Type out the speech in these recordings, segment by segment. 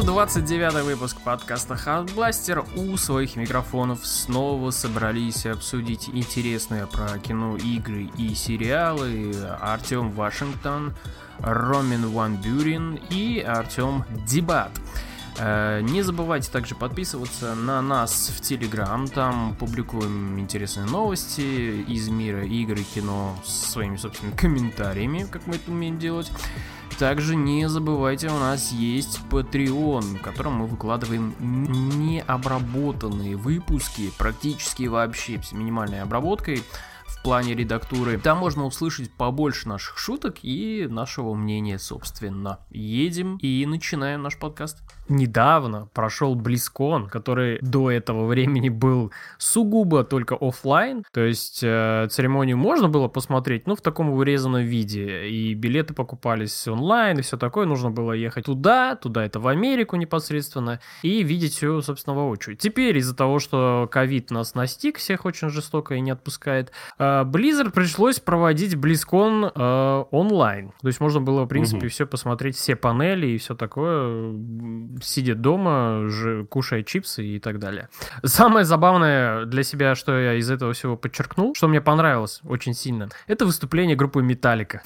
29-й выпуск подкаста Hardblaster. У своих микрофонов снова собрались обсудить интересные про кино, игры и сериалы Артем Вашингтон, Ромин Ван Бюрен и Артем Дебат. Не забывайте также подписываться на нас в Telegram, там публикуем интересные новости из мира игр и кино с своими собственными комментариями, как мы это умеем делать. Также не забывайте, у нас есть Patreon, в котором мы выкладываем необработанные выпуски, практически вообще с минимальной обработкой в плане редактуры. Там можно услышать побольше наших шуток и нашего мнения, собственно. Едем и начинаем наш подкаст. Недавно прошел BlizzCon, который до этого времени был сугубо только офлайн, то есть церемонию можно было посмотреть, но в таком урезанном виде, и билеты покупались онлайн, и все такое, нужно было ехать туда это в Америку непосредственно, и видеть все, собственно, воочию. Теперь из-за того, что ковид нас настиг, всех очень жестоко и не отпускает, Blizzard пришлось проводить BlizzCon онлайн, то есть можно было, в принципе, все посмотреть, все панели и все такое, сидя дома, кушая чипсы и так далее. Самое забавное для себя, что я из этого всего подчеркнул, что мне понравилось очень сильно, это выступление группы Metallica,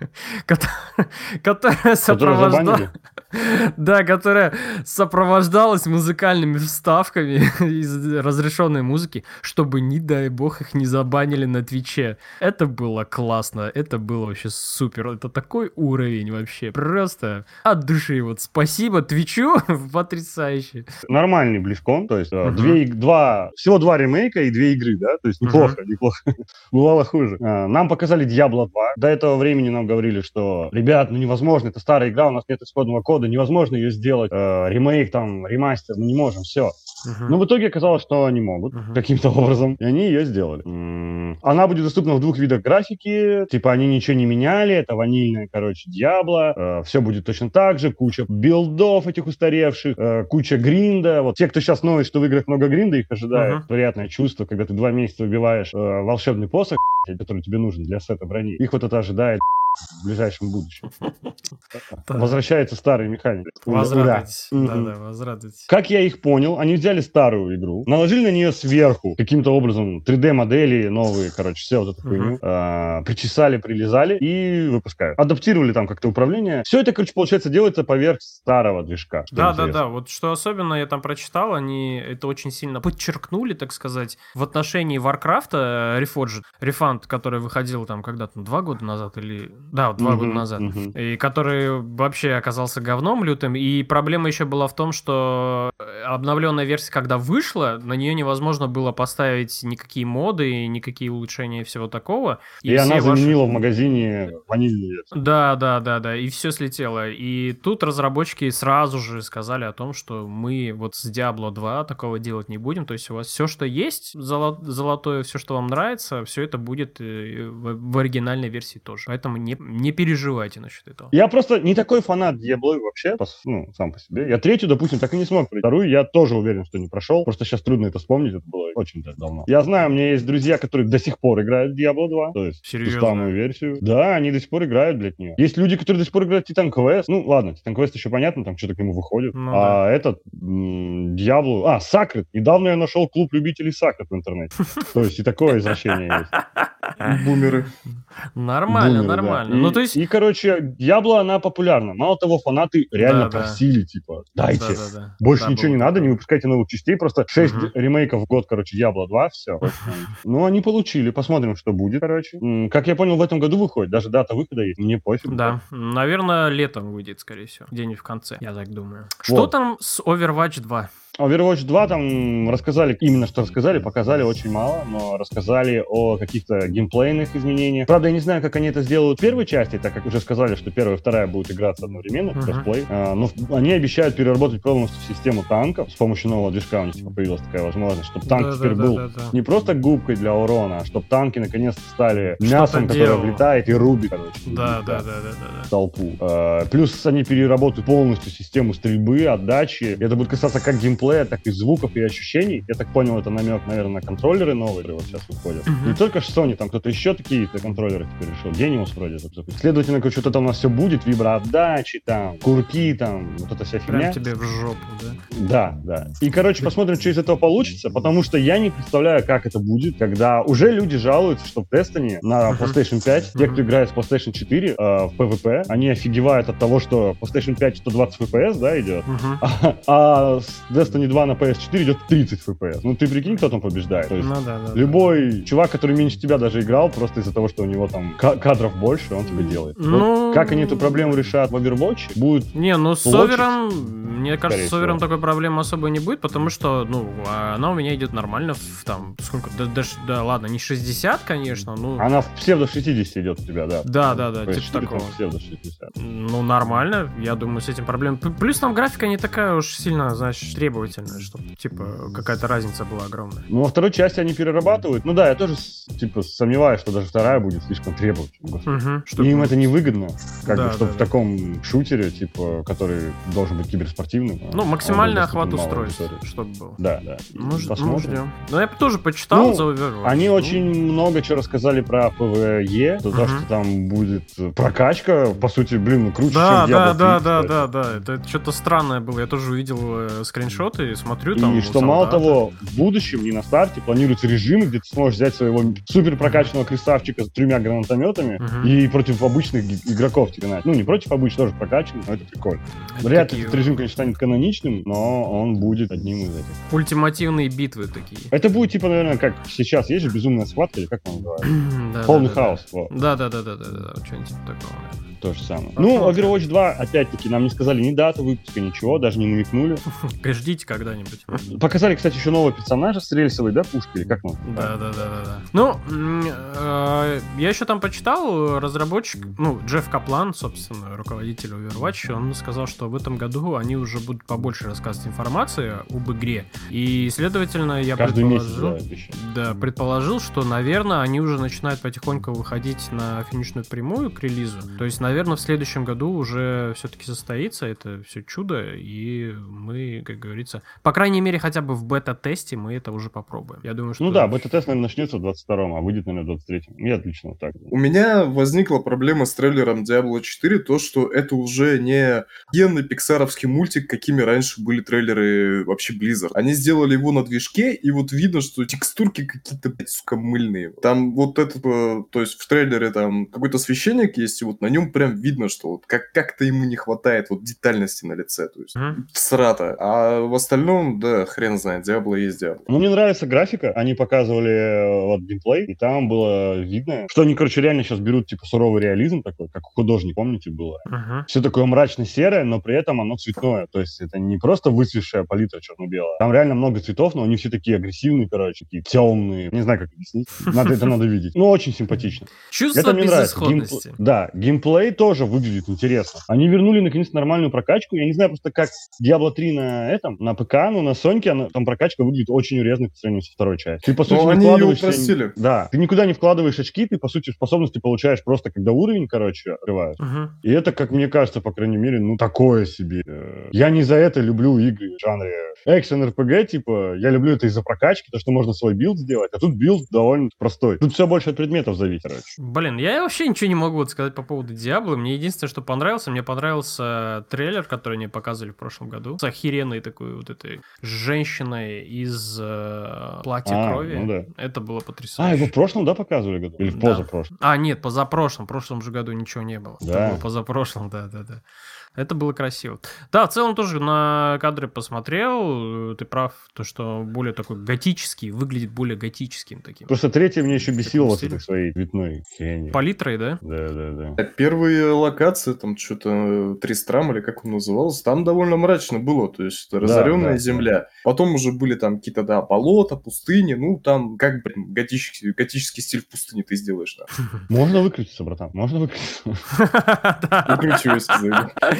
которая сопровождалась музыкальными вставками из разрешенной музыки, чтобы, не дай бог, их не забанили на Твиче. Это было классно, это было вообще супер, это такой уровень вообще, просто от души. Вот спасибо Твичу, потрясающе. Нормальный BlizzCon, то есть всего 2 ремейка и 2 игры, да, то есть неплохо. Бывало хуже. Нам показали Diablo 2, до этого времени нам говорили, что, ребят, невозможно, это старая игра, у нас нет исходного кода, невозможно ее сделать, ремейк, ремастер, мы не можем, все. Но в итоге оказалось, что они могут каким-то образом, и они ее сделали. Она будет доступна в 2 видах графики, типа они ничего не меняли, это ванильная, Diablo, все будет точно так же, куча билдов этих устаревших, куча гринда. Вот те, кто сейчас ноет, что в играх много гринда, их ожидает приятное чувство, когда ты 2 месяца убиваешь волшебный посох, который тебе нужен для сета брони. Их вот это ожидает в ближайшем будущем. Возвращается старые механики. Возрадуйтесь. Да, возрадуйтесь. Как я их понял, они взяли старую игру, наложили на нее сверху каким-то образом 3D-модели новые, все вот эту хуйню, причесали, прилизали и выпускают. Адаптировали там как-то управление. Все это, получается, делается поверх старого движка. Да. Вот что особенно я там прочитал, они это очень сильно подчеркнули, так сказать, в отношении Warcraft Refund, который выходил там когда-то 2 года назад или... Да, 2 года назад. И который вообще оказался говном лютым. И проблема еще была в том, что обновленная версия, когда вышла, на нее невозможно было поставить никакие моды, никакие улучшения и всего такого. И она заменила в магазине ванильную версию. Да. И все слетело. И тут разработчики сразу же сказали о том, что мы вот с Diablo 2 такого делать не будем. То есть у вас все, что есть, золотое, все, что вам нравится, все это будет в оригинальной версии тоже. Поэтому не переживайте насчет этого. Я просто не такой фанат Diablo вообще, сам по себе. Я 3-ю, допустим, так и не смог пройти. 2-ю я тоже уверен, что не прошел. Просто сейчас трудно это вспомнить, это было очень давно. Я знаю, у меня есть друзья, которые до сих пор играют в Diablo 2, то есть ту самую версию. Да, они до сих пор играют, блядь, в нее. Есть люди, которые до сих пор играют в Titan Quest. Ну, ладно, Titan Quest еще понятно, там что-то к нему выходит. Этот Diablo... Sacred. Недавно я нашел клуб любителей Sacred в интернете. То есть и такое извращение есть. Бумеры. Нормально. Да. То есть... И, Diablo, она популярна. Мало того, фанаты реально просили, типа, дайте. Больше ничего не надо, не выпускайте новых частей, просто 6 ремейков в год, Diablo 2, все. Ну, они получили, посмотрим, что будет, Как я понял, в этом году выходит, даже дата выхода есть, мне пофиг. Да, наверное, летом выйдет, скорее всего, где-нибудь в конце, я так думаю. Что там с Overwatch 2? Overwatch 2 там рассказали, именно что рассказали, показали очень мало, но рассказали о каких-то геймплейных изменениях. Правда, я не знаю, как они это сделают в первой части, так как уже сказали, что 1 и 2 будут играться одновременно, кроссплей. Но они обещают переработать полностью систему танков. С помощью нового движка у них появилась такая возможность, чтобы танк теперь был не просто губкой для урона, а чтобы танки наконец-то стали мясом, которое влетает и рубит, толпу. Плюс они переработают полностью систему стрельбы, отдачи. Это будет касаться как геймплея, геймплея, так и звуков и ощущений. Я так понял, это намек, наверное, на контроллеры новые, которые вот сейчас выходят. Не только Sony, там кто-то еще какие-то контроллеры теперь решил. Genius вроде. Следовательно, что-то там у нас все будет, виброотдачи, там, курки, там, вот эта вся фигня. Прям тебе в жопу, да? Да, да. И, короче, посмотрим, что из этого получится, потому что я не представляю, как это будет, когда уже люди жалуются, что в Destiny на PlayStation 5, те, кто играет с PlayStation 4 в PvP, они офигевают от того, что PlayStation 5 120 FPS, да, идет, а с Destiny 2 на PS4 идет 30 FPS. Ну, ты прикинь, кто там побеждает. То есть любой чувак, который меньше тебя даже играл, просто из-за того, что у него там кадров больше, он тебе делает. Ну, как они эту проблему решат в Overwatch, будет... Не, ну с Овером, мне кажется, с Овером такой проблемы особо не будет, потому что, ну, она у меня идет нормально в там, сколько, да ладно, не 60, конечно, ну... Она в псевдо 60 идет у тебя, да. Да, типа такого. Псевдо 60. Ну, нормально, я думаю, с этим проблем. Плюс там графика не такая уж сильно, значит, требовательная, чтобы, типа, какая-то разница была огромная. Ну, во второй части они перерабатывают. Ну да, я тоже, типа, сомневаюсь, что даже вторая будет слишком требовательной. И им это невыгодно, как бы, чтобы в таком шутере, типа, который должен быть киберспортивным. Ну, максимальный охват устройств, чтобы был. Да. Ну, ждем. Но я тоже почитал за Overwatch. Они очень много чего рассказали про PvE, то, что там будет прокачка, по сути, блин, круче, чем Diablo 3. Да. Это что-то странное было. Я тоже увидел скриншоты и смотрю там. И что мало того, в будущем, не на старте, планируются режимы, где ты сможешь взять своего супер прокачанного крестовчика с 3 гранатометами и против обычных игроков тягнать. Ну, не против обычных, тоже прокачанных, но это прикольно. Вряд ли этот режим, конечно, станет каноничным, но он будет одним из этих. Ультимативные битвы такие. Это будет, типа, наверное, как сейчас есть же безумная схватка, или как он называется? Полный хаос. Да, что-нибудь типа такого, наверное. То же самое. Ну, Overwatch 2, опять-таки, нам не сказали ни дату выпуска, ничего, даже не намекнули. Ждите когда-нибудь. Показали, кстати, еще нового персонажа с рельсовой, да, пушкой, или как он? Да. Ну, я еще там почитал, разработчик, ну, Джефф Каплан, собственно, руководитель Overwatch, он сказал, что в этом году они уже будут побольше рассказывать информации об игре. И, следовательно, я предположил, что, наверное, они уже начинают потихоньку выходить на финишную прямую к релизу. То есть, наверное, в следующем году уже все-таки состоится это все чудо, и мы, как говорится, по крайней мере, хотя бы в бета-тесте мы это уже попробуем. Я думаю, что... Ну да, бета-тест, наверное, начнется в 22-м, а выйдет, наверное, в 23-м. И отлично вот так. У меня возникла проблема с трейлером Diablo 4, то, что это уже не генный пиксаровский мультик, какими раньше были трейлеры вообще Blizzard. Они сделали его на движке, и вот видно, что текстурки какие-то, сука, мыльные. Там вот это, то есть в трейлере там какой-то священник есть, и вот на нем прям видно, что вот как-то ему не хватает вот детальности на лице, то есть срата. А в остальном, да, хрен знает, Diablo есть Diablo. Ну, мне нравится графика, они показывали вот геймплей, и там было видно, что они, короче, реально сейчас берут, типа, суровый реализм такой, как у художника, помните, было? Все такое мрачно-серое, но при этом оно цветное, то есть это не просто выцветшая палитра черно-белая, там реально много цветов, но они все такие агрессивные, короче, такие темные, не знаю, как объяснить, это надо видеть. Ну, очень симпатично. Чувство безысходности. Да, геймплей тоже выглядит интересно. Они вернули, наконец, нормальную прокачку. Я не знаю просто, как Diablo 3 на ПК, но на Соньке там прокачка выглядит очень урезанной по сравнению со второй частью. Ты, по сути, они ее упростили. Да, ты никуда не вкладываешь очки, ты, по сути, способности получаешь просто, когда уровень, короче, открываешь. И это, как мне кажется, по крайней мере, ну, такое себе. Я не за это люблю игры в жанре экшен-РПГ, типа, я люблю это из-за прокачки, то, что можно свой билд сделать, а тут билд довольно простой. Тут все больше от предметов зависит, короче. Блин, я вообще ничего не могу сказать по поводу Diablo. Мне единственное, что понравился, мне понравился трейлер, который они показывали в прошлом году, с охеренной такой вот этой женщиной из платья крови. Ну да. Это было потрясающе. Его в прошлом, да, показывали году? Или в позапрошлом? Нет, позапрошлом. В прошлом же году ничего не было. Да. Это было позапрошлом, да. Это было красиво. Да, в целом тоже на кадры посмотрел. Ты прав, то, что более такой готический, выглядит более готическим таким. Просто третий мне еще бесил вот этой своей цветной хренью. Палитрой, да? Да. Первые локации, там что-то Тристрам, или как он назывался, там довольно мрачно было, то есть разоренная земля. Да. Потом уже были там какие-то, болота, пустыни, ну там как, готический стиль в пустыне ты сделаешь. Да. Можно выключиться, братан, можно выключиться. Выкручивайся.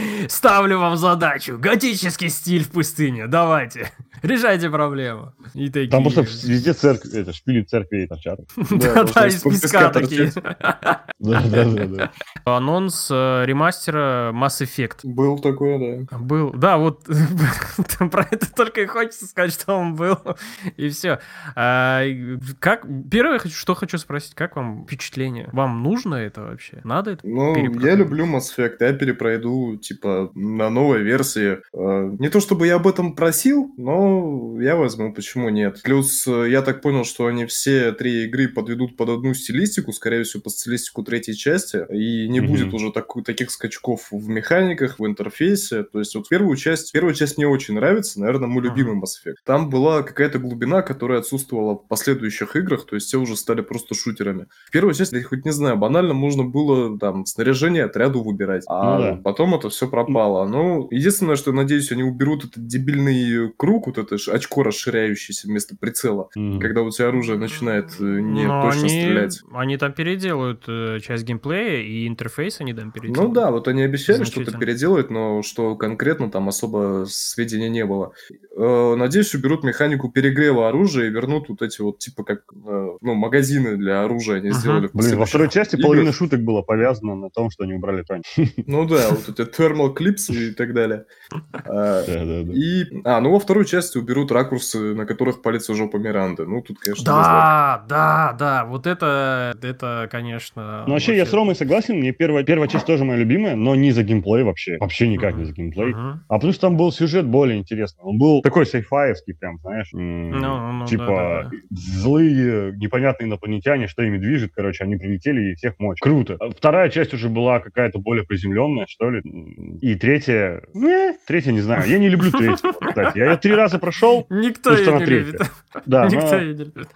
Ставлю вам задачу. Готический стиль в пустыне. Давайте. Решайте проблему. И такие... Там просто везде церкви, шпили церкви торчат. Да, из песка такие. Да. Анонс ремастера Mass Effect. Был такой, да. Был, да, вот про это только и хочется сказать, что он был, и все. Первое, что хочу спросить, как вам впечатление? Вам нужно это вообще? Надо это? Ну, я люблю Mass Effect, я перепройду, типа, на новой версии. Не то чтобы я об этом просил, но я возьму, почему нет. Плюс, я так понял, что они все 3 игры подведут под одну стилистику, скорее всего, под стилистику 3-й части, и не будет уже таких скачков в механиках, в интерфейсе. То есть, вот первая часть мне очень нравится, наверное, мой любимый Mass Effect. Там была какая-то глубина, которая отсутствовала в последующих играх, то есть все уже стали просто шутерами. В первой части, я хоть не знаю, банально можно было там снаряжение отряду выбирать, а потом это все пропало. Ну, единственное, что, надеюсь, они уберут этот дебильный круг, вот это очко расширяющееся вместо прицела, когда у тебя оружие начинает не точно стрелять. Они там переделают часть геймплея, и интерфейс они там переделают. Ну да, вот они обещали что-то переделать, но что конкретно там особо сведений не было. Надеюсь, уберут механику перегрева оружия и вернут вот эти вот типа как магазины для оружия они сделали. Блин, во второй части половина шуток была повязана на том, что они убрали ткань. Ну да, вот эти thermal clips и так далее. Ну во второй части уберут ракурсы, на которых палится жопа Миранды. Ну тут, конечно, да, вот это, конечно... Ну вообще, я с Ромой согласен, мне первая часть тоже моя любимая, но не за геймплей вообще. Вообще никак не за геймплей. А плюс там был сюжет более интересный. Он был такой сайфаевский прям, знаешь. Типа злые, непонятные инопланетяне, что ими движет, короче, они прилетели и всех мочь. Круто. Вторая часть уже была какая-то более приземленная, что ли. И третья не знаю. Я не люблю третью, кстати. Я ее 3 раза прошел. Никто ее не любит. Да, никто ее не любит.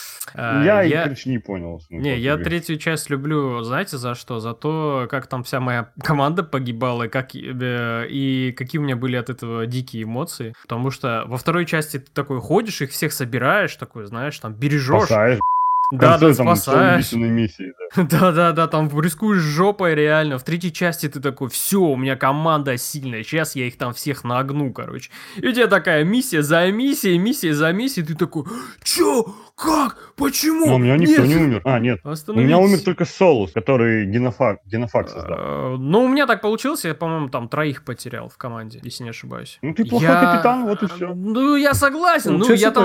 Я, короче, не понял. Не, я третью часть люблю, знаете, за что? За то, как там вся моя команда погибала, и какие у меня были от этого дикие эмоции. Потому что во второй части ты такой ходишь, их всех собираешь, такой, знаешь, там, бережешь. Спасаешь. Да, спасаешь. Миссии, да, там рискуешь жопой реально. В третьей части ты такой, все, у меня команда сильная, сейчас я их там всех нагну, короче. И у тебя такая миссия за миссией, ты такой, чё? Как? Почему? Но у меня никто не умер. Нет. У меня умер только Солус, который Генофаг создал. Ну, у меня так получилось, я, по-моему, там 3 потерял в команде, если не ошибаюсь. Ну, ты плохой капитан, вот и все. Ну, я согласен.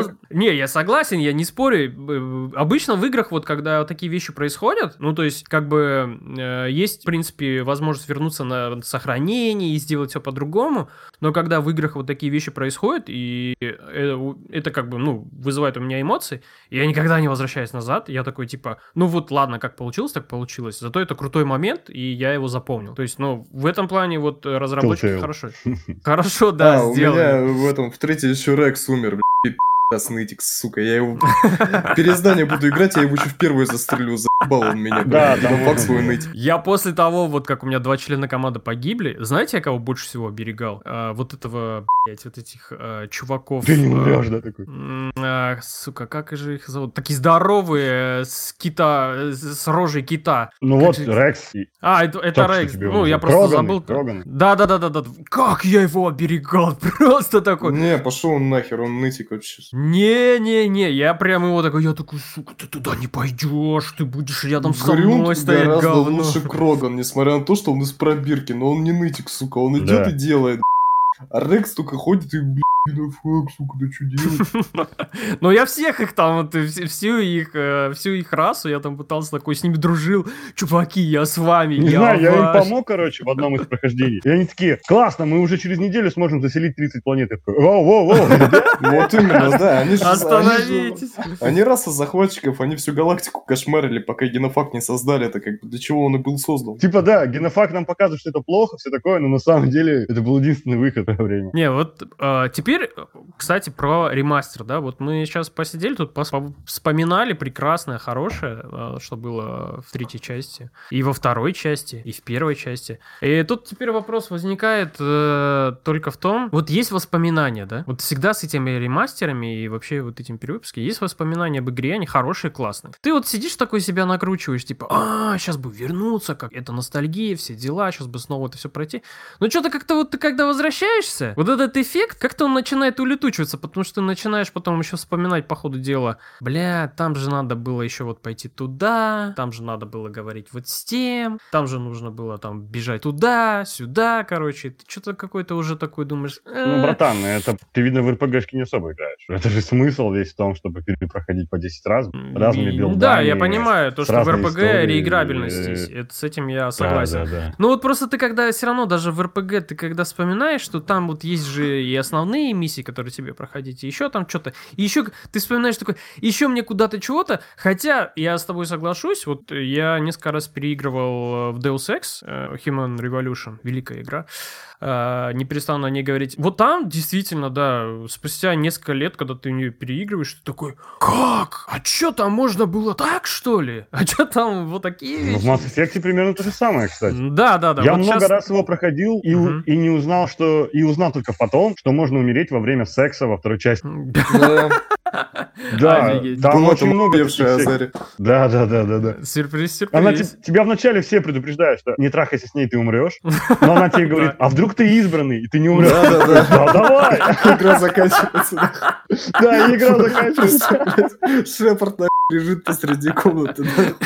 Я согласен, я не спорю. Обычно в играх, вот когда такие вещи происходят, ну, то есть, как бы, есть, в принципе, возможность вернуться на сохранение и сделать все по-другому, но когда в играх вот такие вещи происходят, и это как бы, вызывает у меня эмоции, я никогда не возвращаюсь назад, я такой, типа, ну вот, ладно, как получилось, так получилось, зато это крутой момент, и я его запомнил. То есть, в этом плане вот разработчики хорошо, да, сделали. У меня в 3-й еще Рекс умер, Нытик, сука, я его переиздание буду играть, я его еще в первую застрелю, заебал он меня. Да, факт свой ныть. Я после того, вот как у меня 2 члена команды погибли, знаете, я кого больше всего оберегал? Вот этого, вот этих чуваков. Ты не умрешь, да, такой? Сука, как же их зовут? Такие здоровые, с рожей кита. Ну вот, Рекс. Это Рекс. Ну, я просто забыл. Да. Как я его оберегал? Просто такой. Не, пошел он нахер, он нытик вообще. Не, я прям его такой, сука, ты туда не пойдешь, ты будешь рядом со мной стоять, гораздо говно. лучше Кроган, несмотря на то, что он из пробирки, но он не нытик, сука, он идет и делает, а Рекс только ходит и, Генофаг, сука, да что делать? Ну, я всех их там, всю их расу, я там пытался такой, с ними дружил. Чуваки, я с вами, не знаю, я им помог, короче, в одном из прохождений. И они такие, классно, мы уже через неделю сможем заселить 30 планет. Воу. Вот именно, да. Остановитесь. Они раса захватчиков, они всю галактику кошмарили, пока Генофаг не создали. Это как бы для чего он и был создан. Типа, да, Генофаг нам показывает, что это плохо, все такое, но на самом деле это был единственный выход в это время. Не, вот теперь теперь, кстати, про ремастер, да, вот мы сейчас посидели тут, вспоминали прекрасное, хорошее, что было в третьей части, и во второй части, и в первой части. И тут теперь вопрос возникает только в том, вот есть воспоминания, да, вот всегда с этими ремастерами и вообще вот этим перевыпусками есть воспоминания об игре, они хорошие, классные. Ты вот сидишь такой себя накручиваешь, типа, сейчас бы вернуться, как это ностальгия, все дела, сейчас бы снова это все пройти. Но что-то как-то вот ты когда возвращаешься, вот этот эффект, как-то он начинает улетучиваться, потому что ты начинаешь потом еще вспоминать по ходу дела, бля, там же надо было еще вот пойти туда, там же надо было говорить вот с тем, там же нужно было там бежать туда, сюда, короче, ты что-то какой-то уже такой думаешь... Ну, братан, это ты, видно, в РПГшке не особо играешь. Это же смысл весь в том, чтобы перепроходить по 10 раз, разными билдами. Да, я понимаю, то, что в РПГ историей, реиграбельность, с этим я согласен. Да. Ну вот просто ты когда все равно даже в РПГ, ты когда вспоминаешь, что там вот есть же и основные миссии, которые тебе проходить, и еще там что-то, и еще ты вспоминаешь такой, еще мне куда-то чего-то, хотя я с тобой соглашусь, вот я несколько раз переигрывал в Deus Ex, Human Revolution, великая игра, не перестану о ней говорить. Вот там действительно, да, спустя несколько лет, когда ты в нее переигрываешь, ты такой, как? А что там можно было так, что ли? А что там вот такие вещи? Ну, в Mass Effect примерно то же самое, кстати. Да. Я вот много сейчас... раз его проходил и не узнал, что... И узнал только потом, что можно умереть во время секса во второй части. Да, там очень много... Да. Сюрприз. Она тебя вначале все предупреждают, что не трахайся с ней, ты умрешь. Но она тебе говорит, а вдруг ты избранный, и ты не умрешь. Да, давай. Игра заканчивается. Да, игра заканчивается. Шепард лежит посреди комнаты.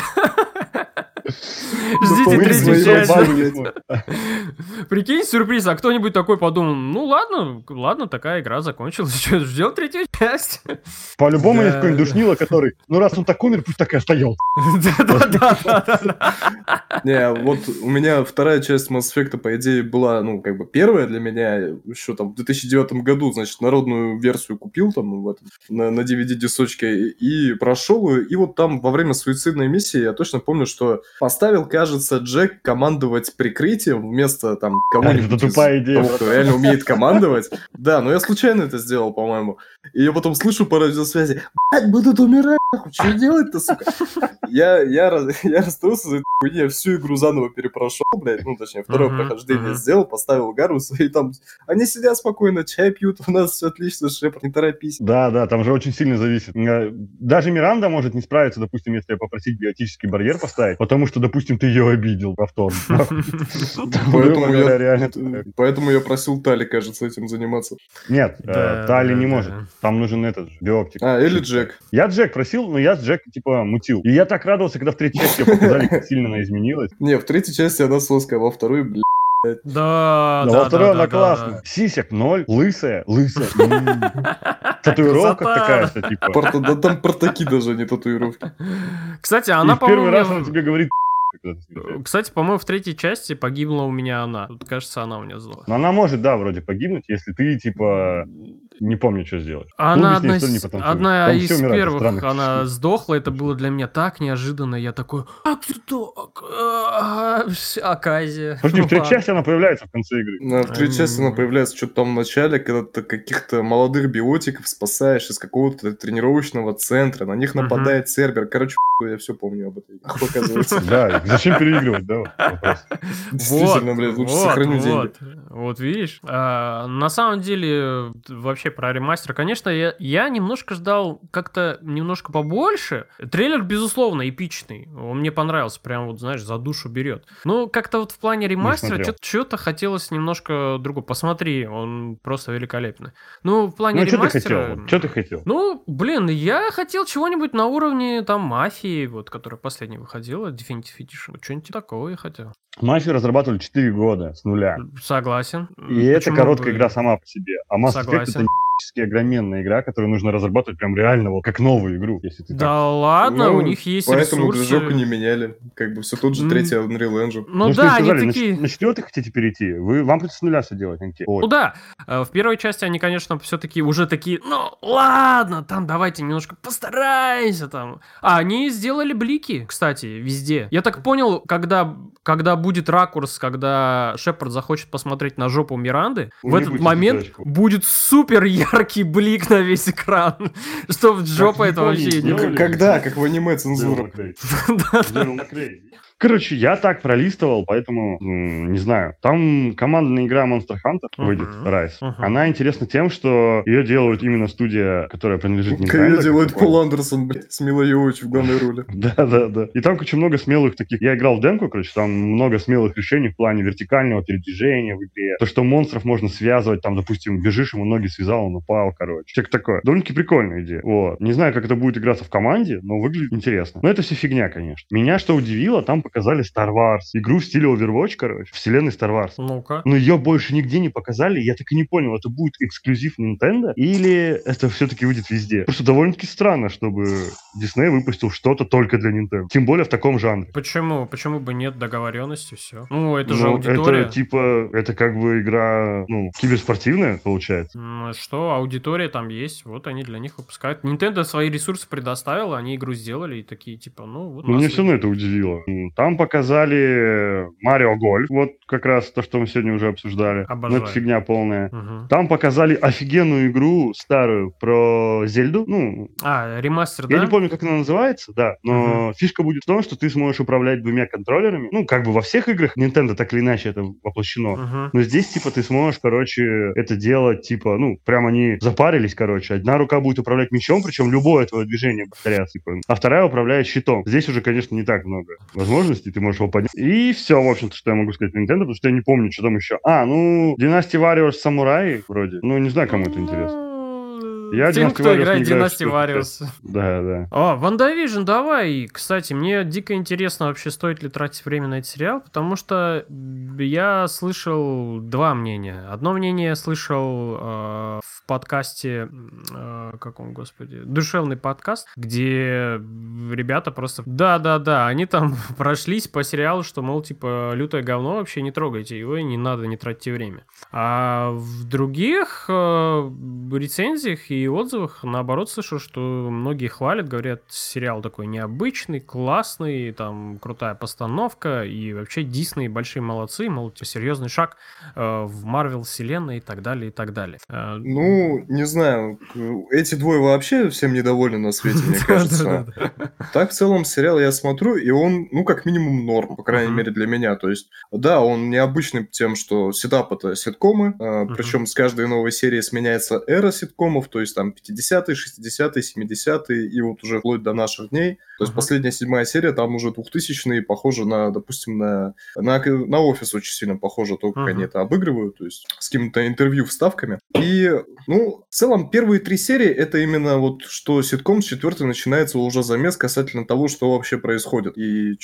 Ждите третью часть. Прикинь, сюрприз, а кто-нибудь такой подумал, ну ладно, такая игра закончилась, что, ждем третью часть. По-любому есть какой-нибудь душнило, который, ну раз он так умер, пусть так и остается. Да. Не, вот у меня вторая часть Mass Effect, по идее, была, ну, как бы первая для меня, еще там в 2009 году, значит, народную версию купил там на DVD-дисочке и прошел ее, и вот там во время суицидной миссии я точно помню, что поставил, кажется, Джек командовать прикрытием вместо там кого-нибудь Это тупая идея. того, кто реально умеет командовать. Да, но я случайно это сделал, по-моему. И я потом слышу по радиосвязи, блядь, будут умирать, что делать-то, сука? Я расстроился за эту хуйню, я всю игру заново перепрошел, блядь, ну, точнее, второе прохождение сделал, поставил Гаруса, и там они сидят спокойно, чай пьют, у нас все отлично, Шепард, не торопись. Да, там же очень сильно зависит. Даже Миранда может не справиться, допустим, если я попросить биотический барьер поставить, потому что, допустим, ты ее обидел повторно. Поэтому я просил Тали, кажется, этим заниматься. Нет, Тали не может. Там нужен этот же, биоптик. Или Джек. Я Джек просил, но я с Джек, типа, мутил. И я так радовался, когда в третьей части показали, как сильно она изменилась. Не, в третьей части она соска, во второй, блядь. Да, во второй она классная. Сисек 0, лысая. Татуировка такая, что типа. Да там портаки даже, не татуировки. Кстати, она, по-моему... первый раз она тебе говорит... Кстати, по-моему, в третьей части погибла у меня она. Тут, кажется, она у меня сдохла. Но она может, да, вроде погибнуть, если ты, типа, не помнишь, что сделать. Она одна из первых, она сдохла, это было для меня так неожиданно. Я такой, оказия. Подожди, в третьей части она появляется в конце игры. В третьей части она появляется что-то там в начале, когда ты каких-то молодых биотиков спасаешь из какого-то тренировочного центра, на них нападает Цербер. Короче, я все помню об этом. Оказывается. Да, зачем переигрывать, да? Действительно, блядь, лучше сохраню деньги. Вот видишь, на самом деле, вообще про ремастер, конечно, я немножко ждал как-то немножко побольше. Трейлер, безусловно, эпичный. Он мне понравился, прям вот, знаешь, за душу берет. Но как-то вот в плане ремастера что-то хотелось немножко другого. Посмотри, он просто великолепный. Ну, в плане ремастера... Что ты хотел? Ну, блин, я хотел чего-нибудь на уровне там Мафии, вот, которая последняя выходила, Definitive Edition. Что-нибудь такого я хотел. Мафию разрабатывали 4 года с нуля. Согласен. И это короткая игра сама по себе. А Mass Effect это огроменная игра, которую нужно разрабатывать прям реально вот как новую игру, если ты Да так. ладно, у них есть поэтому ресурсы. движок не меняли. Как бы все тот же третий Unreal Engine. Ну что да, вы они сказали, такие... на 4 хотите перейти? Вам придется с нуля все делать, а не те. Ну Вот. да, в первой части они, конечно, все-таки уже такие, ну ладно, там давайте немножко постараемся там. А они сделали блики, кстати, везде. Я так понял, когда будет ракурс, когда Шепард захочет посмотреть на жопу Миранды, У в меня этот будет момент цветочку. будет супер яркий блик на весь экран. Что жопа в это вообще Японии не... сделали. Когда? Как в аниме цензура. Короче, я так пролистывал, поэтому не знаю. Там командная игра Monster Hunter выйдет, Rise. Она интересна тем, что ее делают именно студия, которая принадлежит Nintendo. Ее делает Пол Андерсон, блядь, с Милой Йовович в главной роли. Да. И там очень много смелых таких... Я играл в демку, короче, там много смелых решений в плане вертикального передвижения в игре. То, что монстров можно связывать, там, допустим, бежишь, ему ноги связал, он упал, короче. Всякое такое. Довольно-таки прикольная идея. Вот. Не знаю, как это будет играться в команде, но выглядит интересно. Но это все фигня, конечно. Меня что удивило, там показали Star Wars. Игру в стиле Overwatch, короче, вселенной Star Wars. Ну-ка. Но ее больше нигде не показали, я так и не понял, это будет эксклюзив Nintendo или это все-таки выйдет везде. Просто довольно-таки странно, чтобы Disney выпустил что-то только для Nintendo. Тем более в таком жанре. Почему? Почему бы нет договоренности, все? Ну, это же аудитория. Это типа, это как бы игра, киберспортивная, получается. Что, аудитория там есть, вот они для них выпускают. Nintendo свои ресурсы предоставила, они игру сделали и такие, типа, вот... Меня все равно это удивило. Там показали Марио Гольф, вот как раз то, что мы сегодня уже обсуждали. Обожаю. Ну, это фигня полная. Там показали офигенную игру старую про Зельду. Ремастер, да? Я не помню, как она называется, да, но фишка будет в том, что ты сможешь управлять двумя контроллерами. Ну, как бы во всех играх Nintendo так или иначе это воплощено. Но здесь, типа, ты сможешь, короче, это делать, типа, прям они запарились, короче. Одна рука будет управлять мечом, причем любое твое движение повторяется, типа, а вторая управляет щитом. Здесь уже, конечно, не так много возможностей, ты можешь его поднять. И все, в общем-то, что я могу сказать про Nintendo, потому что я не помню, что там еще. Dynasty Warriors Samurai вроде. Не знаю, кому это интересно. Я тем, Dynasty кто Warriors играет не играю, Dynasty Warriors. Да. WandaVision, давай. Кстати, мне дико интересно вообще, стоит ли тратить время на этот сериал, потому что я слышал два мнения. Одно мнение я слышал в подкасте, душевный подкаст, где ребята просто... Да, они там прошлись по сериалу, что, мол, типа, лютое говно, вообще не трогайте его, и не надо, не тратьте время. А в других рецензиях и отзывах, наоборот, слышу, что многие хвалят, говорят, сериал такой необычный, классный, там, крутая постановка, и вообще Дисней большие молодцы, мол, серьезный шаг в Марвел вселенной и так далее, и так далее. Не знаю, эти двое вообще всем недовольны на свете, мне кажется. Так, в целом, сериал я смотрю, и он, как минимум, норм, по крайней мере, для меня. То есть, да, он необычный тем, что сетап — это ситкомы, причем с каждой новой серии сменяется эра ситкомов, то есть там 50-е, 60-е, 70-е, и вот уже вплоть до наших дней. То есть последняя 7-я серия, там уже 2000-е, похоже на, допустим, на офис очень сильно похоже, то, как они это обыгрывают, то есть с каким-то интервью вставками. И, в целом, первые 3 серии — это именно вот, что ситком с 4-й начинается уже замес касательно того, что вообще происходит, и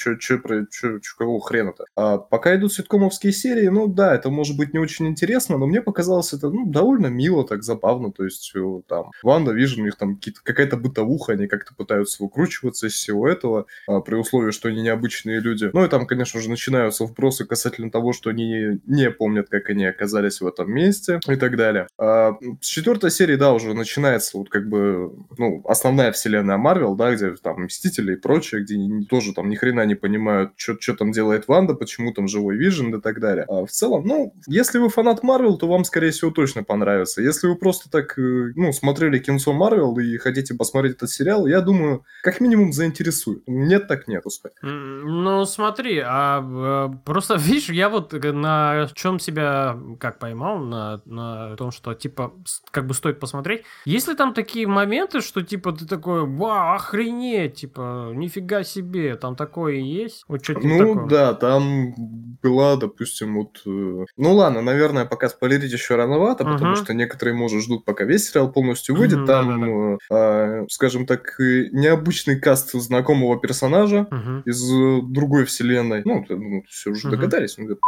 какого хрена-то. А пока идут ситкомовские серии, да, это может быть не очень интересно, но мне показалось это, довольно мило, так забавно, то есть там WandaVision, у них там какая-то бытовуха, они как-то пытаются выкручиваться из всего этого, при условии, что они необычные люди. И там, конечно же, начинаются вбросы касательно того, что они не помнят, как они оказались в этом месте и так далее. С 4-й серии, да, уже начинается вот как бы, основная вселенная Марвел, да, где там Мстители и прочее, где тоже там ни хрена не понимают, что там делает Ванда, почему там живой Вижн и так далее. А в целом, если вы фанат Марвел, то вам, скорее всего, точно понравится. Если вы просто так, смотрели кинцо Марвел и хотите посмотреть этот сериал, я думаю, как минимум заинтересует. Нет, так нет, успех. Смотри, просто, видишь, я вот на чем себя как поймал, на том, что, типа, как бы стоит посмотреть. Есть ли там такие моменты, что, типа, ты такой, вау, охренеть, типа, нифига себе, там такое есть? Вот что-то такое. Да, там была, допустим, вот... ладно, наверное, пока спойлерить еще рановато, потому что некоторые, может, ждут, пока весь сериал полностью выйдет. Там, скажем так, необычный каст знакомого персонажа из другой вселенной. Все уже догадались.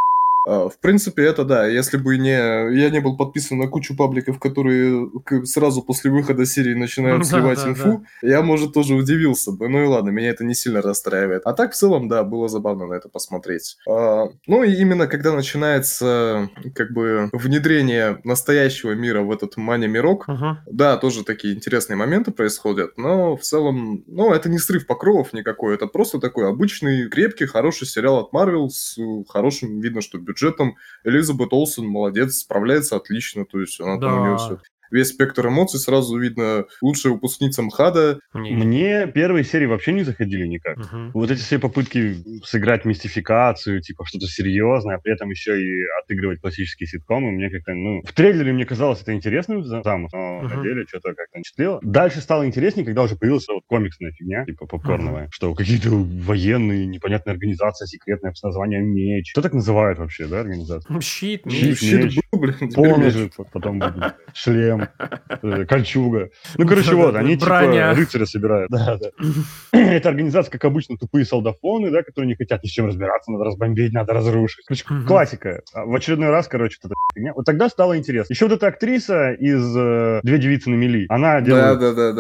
В принципе, это да. Если бы я не был подписан на кучу пабликов, которые сразу после выхода серии начинают сливать инфу, я, может, тоже удивился бы. Ну и ладно, меня это не сильно расстраивает. А так, в целом, да, было забавно на это посмотреть. Ну и именно когда начинается как бы внедрение настоящего мира в этот мани-мирок, да, тоже такие интересные моменты происходят, но в целом, ну, это не срыв покровов никакой, это просто такой обычный, крепкий, хороший сериал от Marvel с хорошим, видно, что бюджетом. Элизабет Олсен молодец, справляется отлично, то есть она там у нее все... Весь спектр эмоций сразу видно. Лучшая выпускница МХАТа. Мне первые серии вообще не заходили никак. Вот эти все попытки сыграть мистификацию, типа что-то серьезное, а при этом еще и отыгрывать классические ситкомы, мне как-то, ну... В трейлере мне казалось это интересным замыслом, но на деле что-то как-то не впечатлило. Дальше стало интереснее, когда уже появилась вот комиксная фигня, типа попкорновая, что какие-то военные, непонятная организация секретная с названием Меч. Что так называют вообще, да, организацию? Щит, меч. Полный потом будет шлем. Кольчуга. Ну, короче, вот, они типа рыцаря собирают. Да. Эта организация, как обычно, тупые солдафоны, да, которые не хотят ни с чем разбираться, надо разбомбить, надо разрушить. Короче, классика. В очередной раз, короче, вот эта фигня. Вот тогда стало интересно. Еще вот эта актриса из «Две девицы на мели», она делает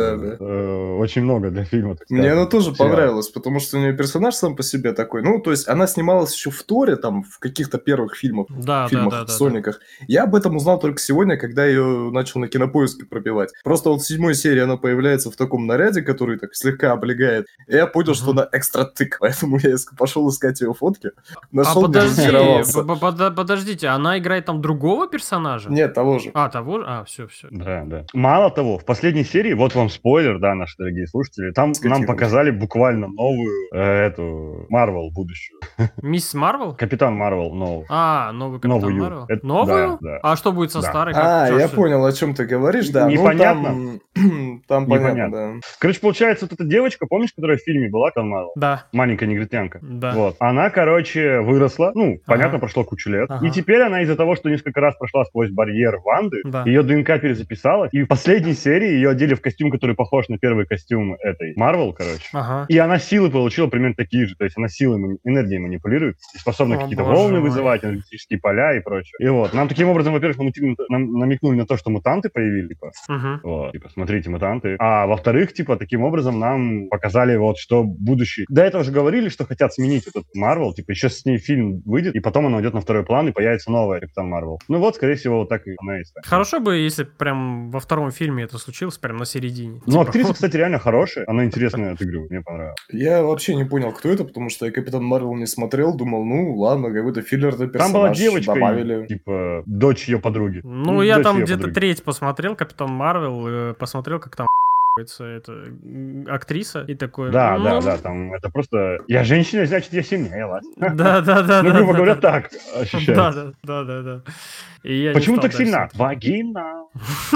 очень много для фильма. Мне она тоже понравилась, потому что у нее персонаж сам по себе такой. Ну, то есть она снималась еще в Торе, там, в каких-то первых фильмах, в Сониках. Я об этом узнал только сегодня, когда ее начал на Кинопоиске пробивать. Просто вот в 7 серии она появляется в таком наряде, который так слегка облегает. И я понял, что она экстра тык, поэтому я пошел искать ее фотки. Нашел, подождите, она играет там другого персонажа? Нет, того же. Того же? Все. Да. Мало того, в последней серии, вот вам спойлер, да, наши дорогие слушатели, там нам показали буквально новую эту Марвел будущую. Мисс Марвел? Капитан Марвел новый. Новый Капитан Марвел? Новую? Да. А что будет со старой? Я понял, о чем ты говоришь, да. Непонятно. Там понятно, да. Короче, получается, вот эта девочка, помнишь, которая в фильме была, Капитан Марвел? Да. Маленькая негритянка. Да. Вот. Она, короче, выросла, понятно, прошло кучу лет. И теперь она из-за того, что несколько раз прошла сквозь барьер Ванды, ее ДНК перезаписалась, и в последней серии ее одели в костюм, который похож на первый костюм этой Марвел, короче. И она силы получила примерно такие же, то есть она силой, энергией манипулирует, и способна какие-то волны вызывать, энергетические поля и прочее. И вот. Нам таким образом, во-первых, намекнули на то, что мутанты появились, типа. Вот, типа, смотрите, мутанты. А во-вторых, типа, таким образом нам показали вот, что будущее. До этого же говорили, что хотят сменить этот Марвел, типа, еще с ней фильм выйдет, и потом она уйдет на второй план, и появится новая Капитан Марвел. Ну вот, скорее всего, вот так и она и станет. Хорошо бы, если прям во втором фильме это случилось, прям на середине. Ну, актриса, кстати, реально хорошая, она интересная отыгрывает, мне понравилось. Я вообще не понял, кто это, потому что я Капитан Марвел не смотрел, думал, ну, ладно, какой-то филлерный персонаж. Там была девочка, добавили. типа, дочь ее подруги. Ну, я там где-то треть посмотрел, Капитан Марвел, посмотрел, как там это актриса и такой... Да, там это просто... Я женщина, значит, я сильнее, ладно. Да. Ну, грубо говоря, так ощущается. Да. Почему так сильно? Вагина.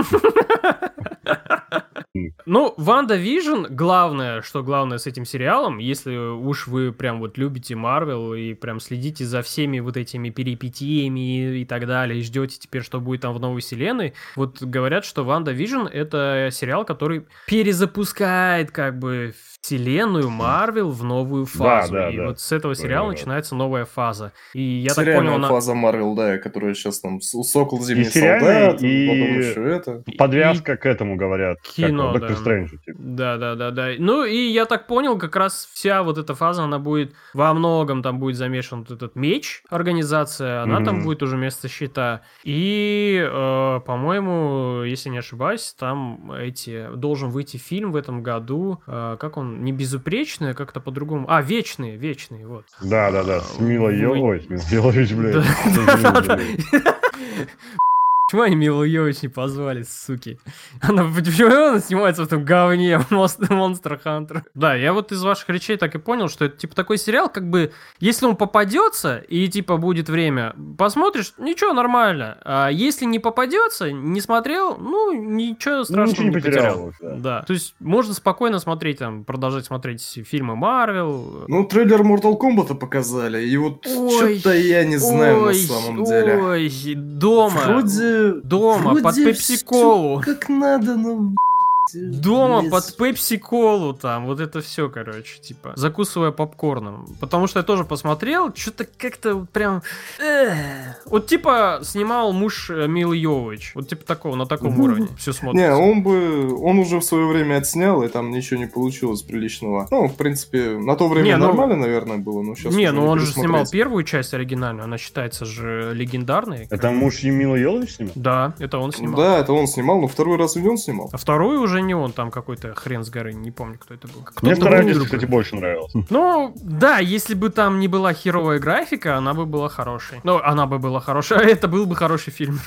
Ну, Ванда Вижн, главное с этим сериалом, если уж вы прям вот любите Марвел и прям следите за всеми вот этими перипетиями и так далее, и ждете теперь, что будет там в новой вселенной, вот говорят, что Ванда Вижн — это сериал, который перезапускает как бы вселенную Марвел в новую фазу. И вот с этого сериала начинается новая фаза. И я так понял, фаза Марвел, да, которая сейчас там Сокол, Зимний солдат, потом еще это. Подвязка к этому, говорят. Кино, Доктор Стрэндж. Да. Ну и я так понял, как раз вся вот эта фаза, она будет во многом, там будет замешан вот этот меч, организация, она там будет уже вместо щита. И, по-моему, если не ошибаюсь, там должен выйти фильм в этом году, как он, не безупречный, а как-то по-другому. Вечные, вот. Да, с Милой Йовович, блядь. Почему они Милу Йовович не позвали, суки? Почему она снимается в этом говне Monster Hunter? Да, я вот из ваших речей так и понял, что это типа такой сериал, как бы, если он попадется и типа будет время, посмотришь, ничего, нормально. А если не попадется, не смотрел, ну, ничего страшного не потерял. Да. То есть можно спокойно смотреть, там, продолжать смотреть фильмы Марвел. Ну, трейлер Mortal Kombat показали, и вот что-то я не знаю на самом деле. Дома. Дома, под пепси-колу. Как надо, но... дома под пепси-колу там, вот это все, короче, типа, закусывая попкорном. Потому что я тоже посмотрел, что-то как-то прям... Вот типа снимал муж Милы Йовович. Вот типа такого, на таком уровне все смотрится. Он уже в свое время отснял, и там ничего не получилось приличного. Ну, в принципе, на то время нормально, наверное, было, но сейчас... Не, ну он же снимал первую часть оригинальную, она считается же легендарной. Это муж Милы Йовович снимал? Да, это он снимал. Да, это он снимал, но второй раз и он снимал. А вторую уже не он, там какой-то хрен с горы, не помню, кто это был. Мне вторая часть, кстати, больше нравилась. Ну, да, если бы там не была херовая графика, она бы была хорошей. Ну, она бы была хорошей, а это был бы хороший фильм.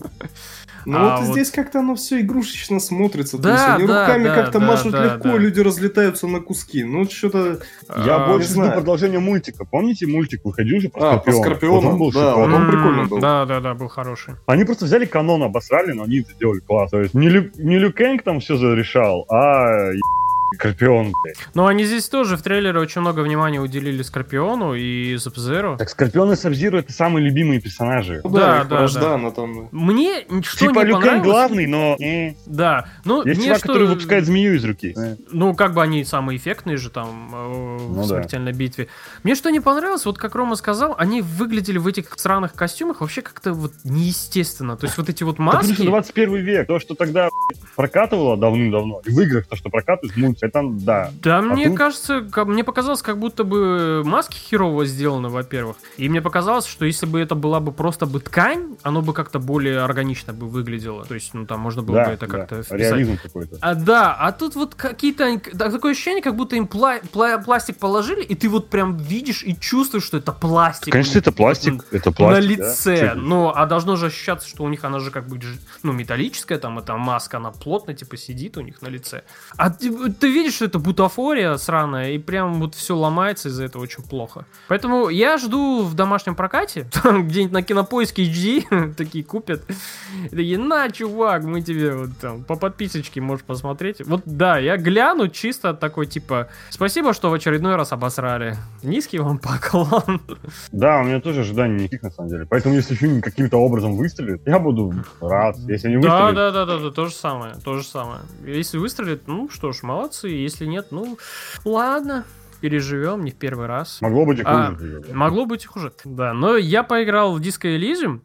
Ну вот здесь как-то оно все игрушечно смотрится. Да, то есть они руками да, как-то да, машут да, легко, да. люди разлетаются на куски. Ну, что-то... Я больше жду знаю. продолжения мультика. Помните, мультик выходил же про по Скорпиону? Вот он был Да, шикарный. он прикольный был. Да, был хороший. Они просто взяли канон, обосрали, но они это сделали класс. То есть не Лю Кэнг там все зарешал, а Скорпион, блядь. Но они здесь тоже в трейлере очень много внимания уделили Скорпиону и Саб-Зеру. Так Скорпион и Саб-Зиро — это самые любимые персонажи. Ну Да, их да, вражда, она там... Мне что Типа не Лю Кэнг понравилось... главный, но... Да, ну Есть мне чувак, что... который выпускает змею из руки. Ну, как бы они самые эффектные же там в смертельной битве. Мне что не понравилось, вот как Рома сказал, они выглядели в этих сраных костюмах вообще как-то вот неестественно. То есть вот эти вот Так это же маски... 21 век. То, что тогда прокатывало давным-давно, и в играх то, что прокатывают, мультик, это да. Да, мне кажется, мне показалось, как будто бы маски херово сделаны, во-первых. И мне показалось, что если бы это была бы просто бы ткань, оно бы как-то более органично бы выглядело. То есть, ну, там можно было бы это как-то вписать. Реализм какой-то. А тут вот какие-то... Такое ощущение, как будто им пластик положили, и ты вот прям видишь и чувствуешь, что это пластик. Конечно, это пластик. Это пластик, на лице. Да? Ну, а должно же ощущаться, что у них она же как бы, ну, металлическая, там, эта маска, она плотно, типа, сидит у них на лице. А ты видишь, что это бутафория сраная, и прям вот все ломается из-за этого очень плохо. Поэтому я жду в домашнем прокате, где-нибудь на Кинопоиске HD такие купят. Такие, на, чувак, мы тебе вот там по подписочке можешь посмотреть. Вот да, я гляну чисто такой, типа, спасибо, что в очередной раз обосрали. Низкий вам поклон. Да, у меня тоже ожиданий никаких, на самом деле. Поэтому, если фильм каким-то образом выстрелит, я буду рад. Если не выстрелит... Да, то же самое. Если выстрелит, ну что ж, молодцы. Если нет, ну ладно. Переживем, не в первый раз. Могло быть и хуже. Могло быть и хуже, да. Но я поиграл в Disco Elysium.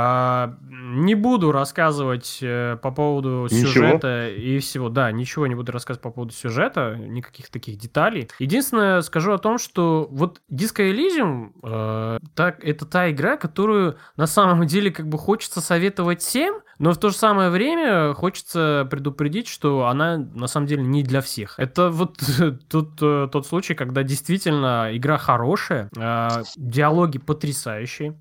Не буду рассказывать по поводу сюжета и всего. Да, ничего не буду рассказывать по поводу сюжета, никаких таких деталей. Единственное, скажу о том, что вот Disco Elysium это та игра, которую на самом деле как бы хочется советовать всем, но в то же самое время хочется предупредить, что она на самом деле не для всех. Это вот тот случай, когда действительно игра хорошая, диалоги потрясающие.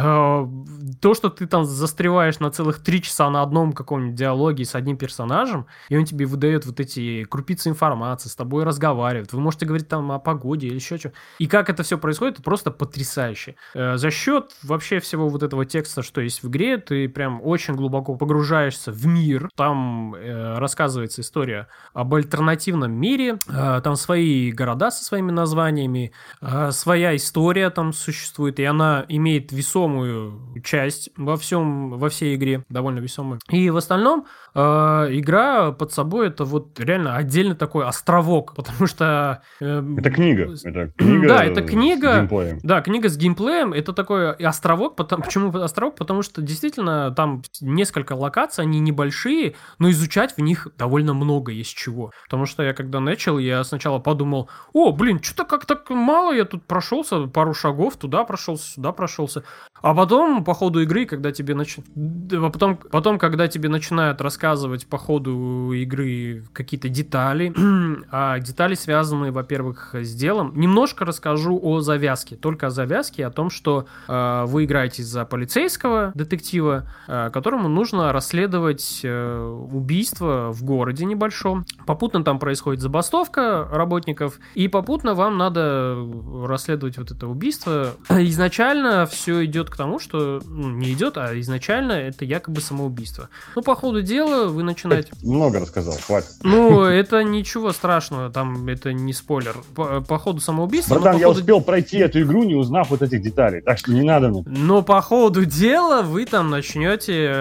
То, что ты там застреваешь на целых 3 часа на одном каком-нибудь диалоге с одним персонажем, и он тебе выдает вот эти крупицы информации, с тобой разговаривает, вы можете говорить там о погоде или еще что. И как это все происходит, это просто потрясающе. За счет вообще всего вот этого текста, что есть в игре, ты прям очень глубоко погружаешься в мир. Там рассказывается история об альтернативном мире, там свои города со своими названиями, своя история там существует, и она имеет весомую часть во всей игре, довольно весомую. И в остальном игра под собой это вот реально отдельный такой островок, потому что... Это книга. Да, это книга. С геймплеем. Да, книга с геймплеем. Это такой островок. Почему островок? Потому что действительно там несколько локаций, они небольшие, но изучать в них довольно много есть чего. Потому что я когда начал, я сначала подумал, что-то как так мало, я тут прошелся, пару шагов, туда прошелся, сюда прошелся. А потом, по ходу игры, когда тебе потом, когда тебе начинают рассказывать по ходу игры какие-то детали, а детали связаны, во-первых, с делом. Немножко расскажу о завязке, только о завязке, о том, что вы играете за полицейского детектива, которому нужно расследовать убийство в городе небольшом. Попутно там происходит забастовка работников, и попутно вам надо расследовать вот это убийство. Изначально все идет к тому, что не идет, а изначально это якобы самоубийство. Ну, по ходу дела вы начинаете... Много рассказал, хватит. Ну, это ничего страшного, там это не спойлер. По ходу самоубийства... Братан, я успел пройти эту игру, не узнав вот этих деталей, так что не надо мне. Но по ходу дела вы там начнете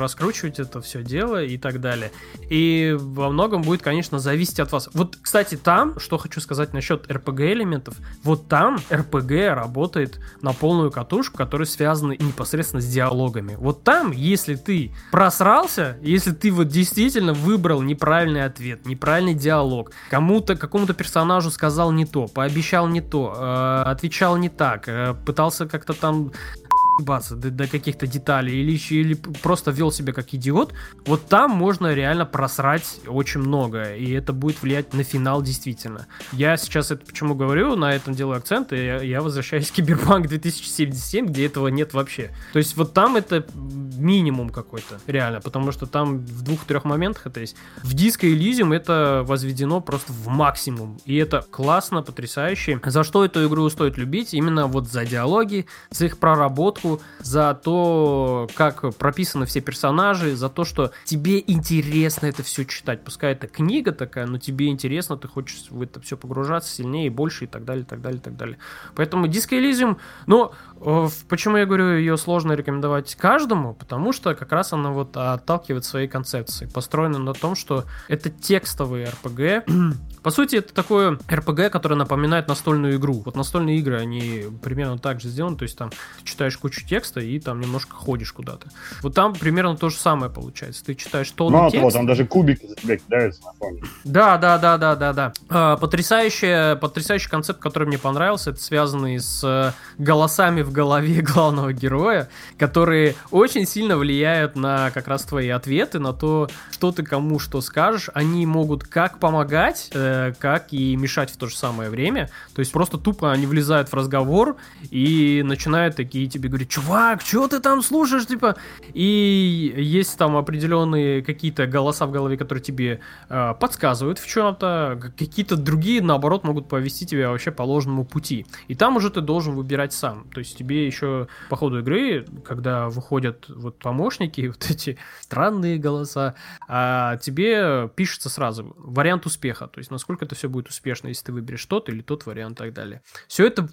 раскручивать это все дело и так далее. И во многом будет, конечно, зависеть от вас. Вот, кстати, там, что хочу сказать насчет RPG-элементов, вот там RPG работает на полную катушку, которые связаны непосредственно с диалогами. Вот там, если ты просрался, если ты вот действительно выбрал неправильный ответ, неправильный диалог, какому-то персонажу сказал не то, пообещал не то, отвечал не так, пытался как-то там до каких-то деталей или просто вел себя как идиот, вот там можно реально просрать очень много, и это будет влиять на финал действительно. Я сейчас это почему говорю, на этом делаю акцент, и я возвращаюсь к Киберпанк 2077, где этого нет вообще. То есть вот там это минимум какой-то, реально, потому что там в 2-3 моментах это есть. В Disco Elysium это возведено просто в максимум, и это классно, потрясающе. За что эту игру стоит любить? Именно вот за диалоги, за их проработку, за то, как прописаны все персонажи, за то, что тебе интересно это все читать. Пускай это книга такая, но тебе интересно, ты хочешь в это все погружаться сильнее и больше, и так далее, и так далее, и так далее. Поэтому Disco Elysium, почему я говорю, ее сложно рекомендовать каждому, потому что как раз она вот отталкивает своей концепцией, построена на том, что это текстовый RPG. По сути, это такое RPG, которое напоминает настольную игру. Вот настольные игры, они примерно так же сделаны, то есть там ты читаешь кучу текста и там немножко ходишь куда-то. Вот там примерно то же самое получается. Ты читаешь тонны текста. Там даже кубики за тебя кидаются на фоне. Да. Потрясающий концепт, который мне понравился, это связанный с голосами в голове главного героя, которые очень сильно влияют на как раз твои ответы, на то, что ты кому что скажешь. Они могут как помогать, как и мешать в то же самое время. То есть просто тупо они влезают в разговор и начинают такие тебе говорить: чувак, что ты там слушаешь, типа. И есть там определенные какие-то голоса в голове, которые тебе подсказывают в чем-то, какие-то другие, наоборот, могут повести тебя вообще по ложному пути. И там уже ты должен выбирать сам. То есть тебе еще по ходу игры, когда выходят вот помощники, вот эти странные голоса, тебе пишется сразу вариант успеха. То есть насколько это все будет успешно, если ты выберешь тот или тот вариант и так далее. Все это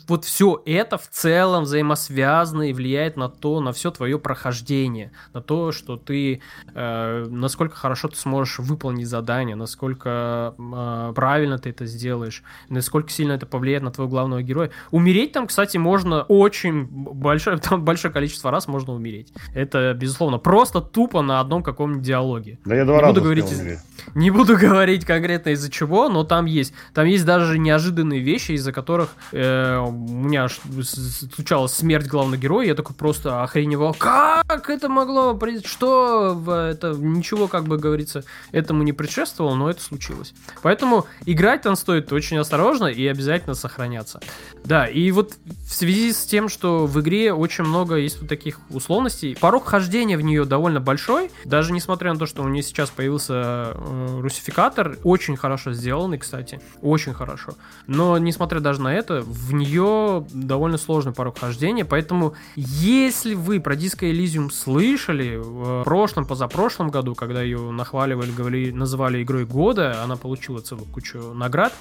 в целом взаимосвязано и влияет на все твое прохождение, на то, что ты, насколько хорошо ты сможешь выполнить задание, насколько правильно ты это сделаешь, насколько сильно это повлияет на твоего главного героя. Умереть там, кстати, можно очень большое количество раз можно умереть. Это, безусловно, просто тупо на одном каком-нибудь диалоге. Да я 2 раза успел умереть. Не буду говорить конкретно из-за чего, но там есть даже неожиданные вещи, из-за которых у меня случалась смерть главного героя, я такой просто охреневал. Как это могло произойти? Что? Это ничего, как бы говорится, этому не предшествовало, но это случилось. Поэтому играть там стоит очень осторожно и обязательно сохраняться. Да, и вот в связи с тем, что в игре очень много есть вот таких условностей, порог хождения в нее довольно большой, даже несмотря на то, что у нее сейчас появился русификатор, очень хорошо сделанный, кстати, очень хорошо. Но несмотря даже на это, в нее довольно сложный порог хождения, поэтому если вы про Disco Elysium слышали в прошлом, позапрошлом году, когда ее нахваливали, называли игрой года, она получила целую кучу наград,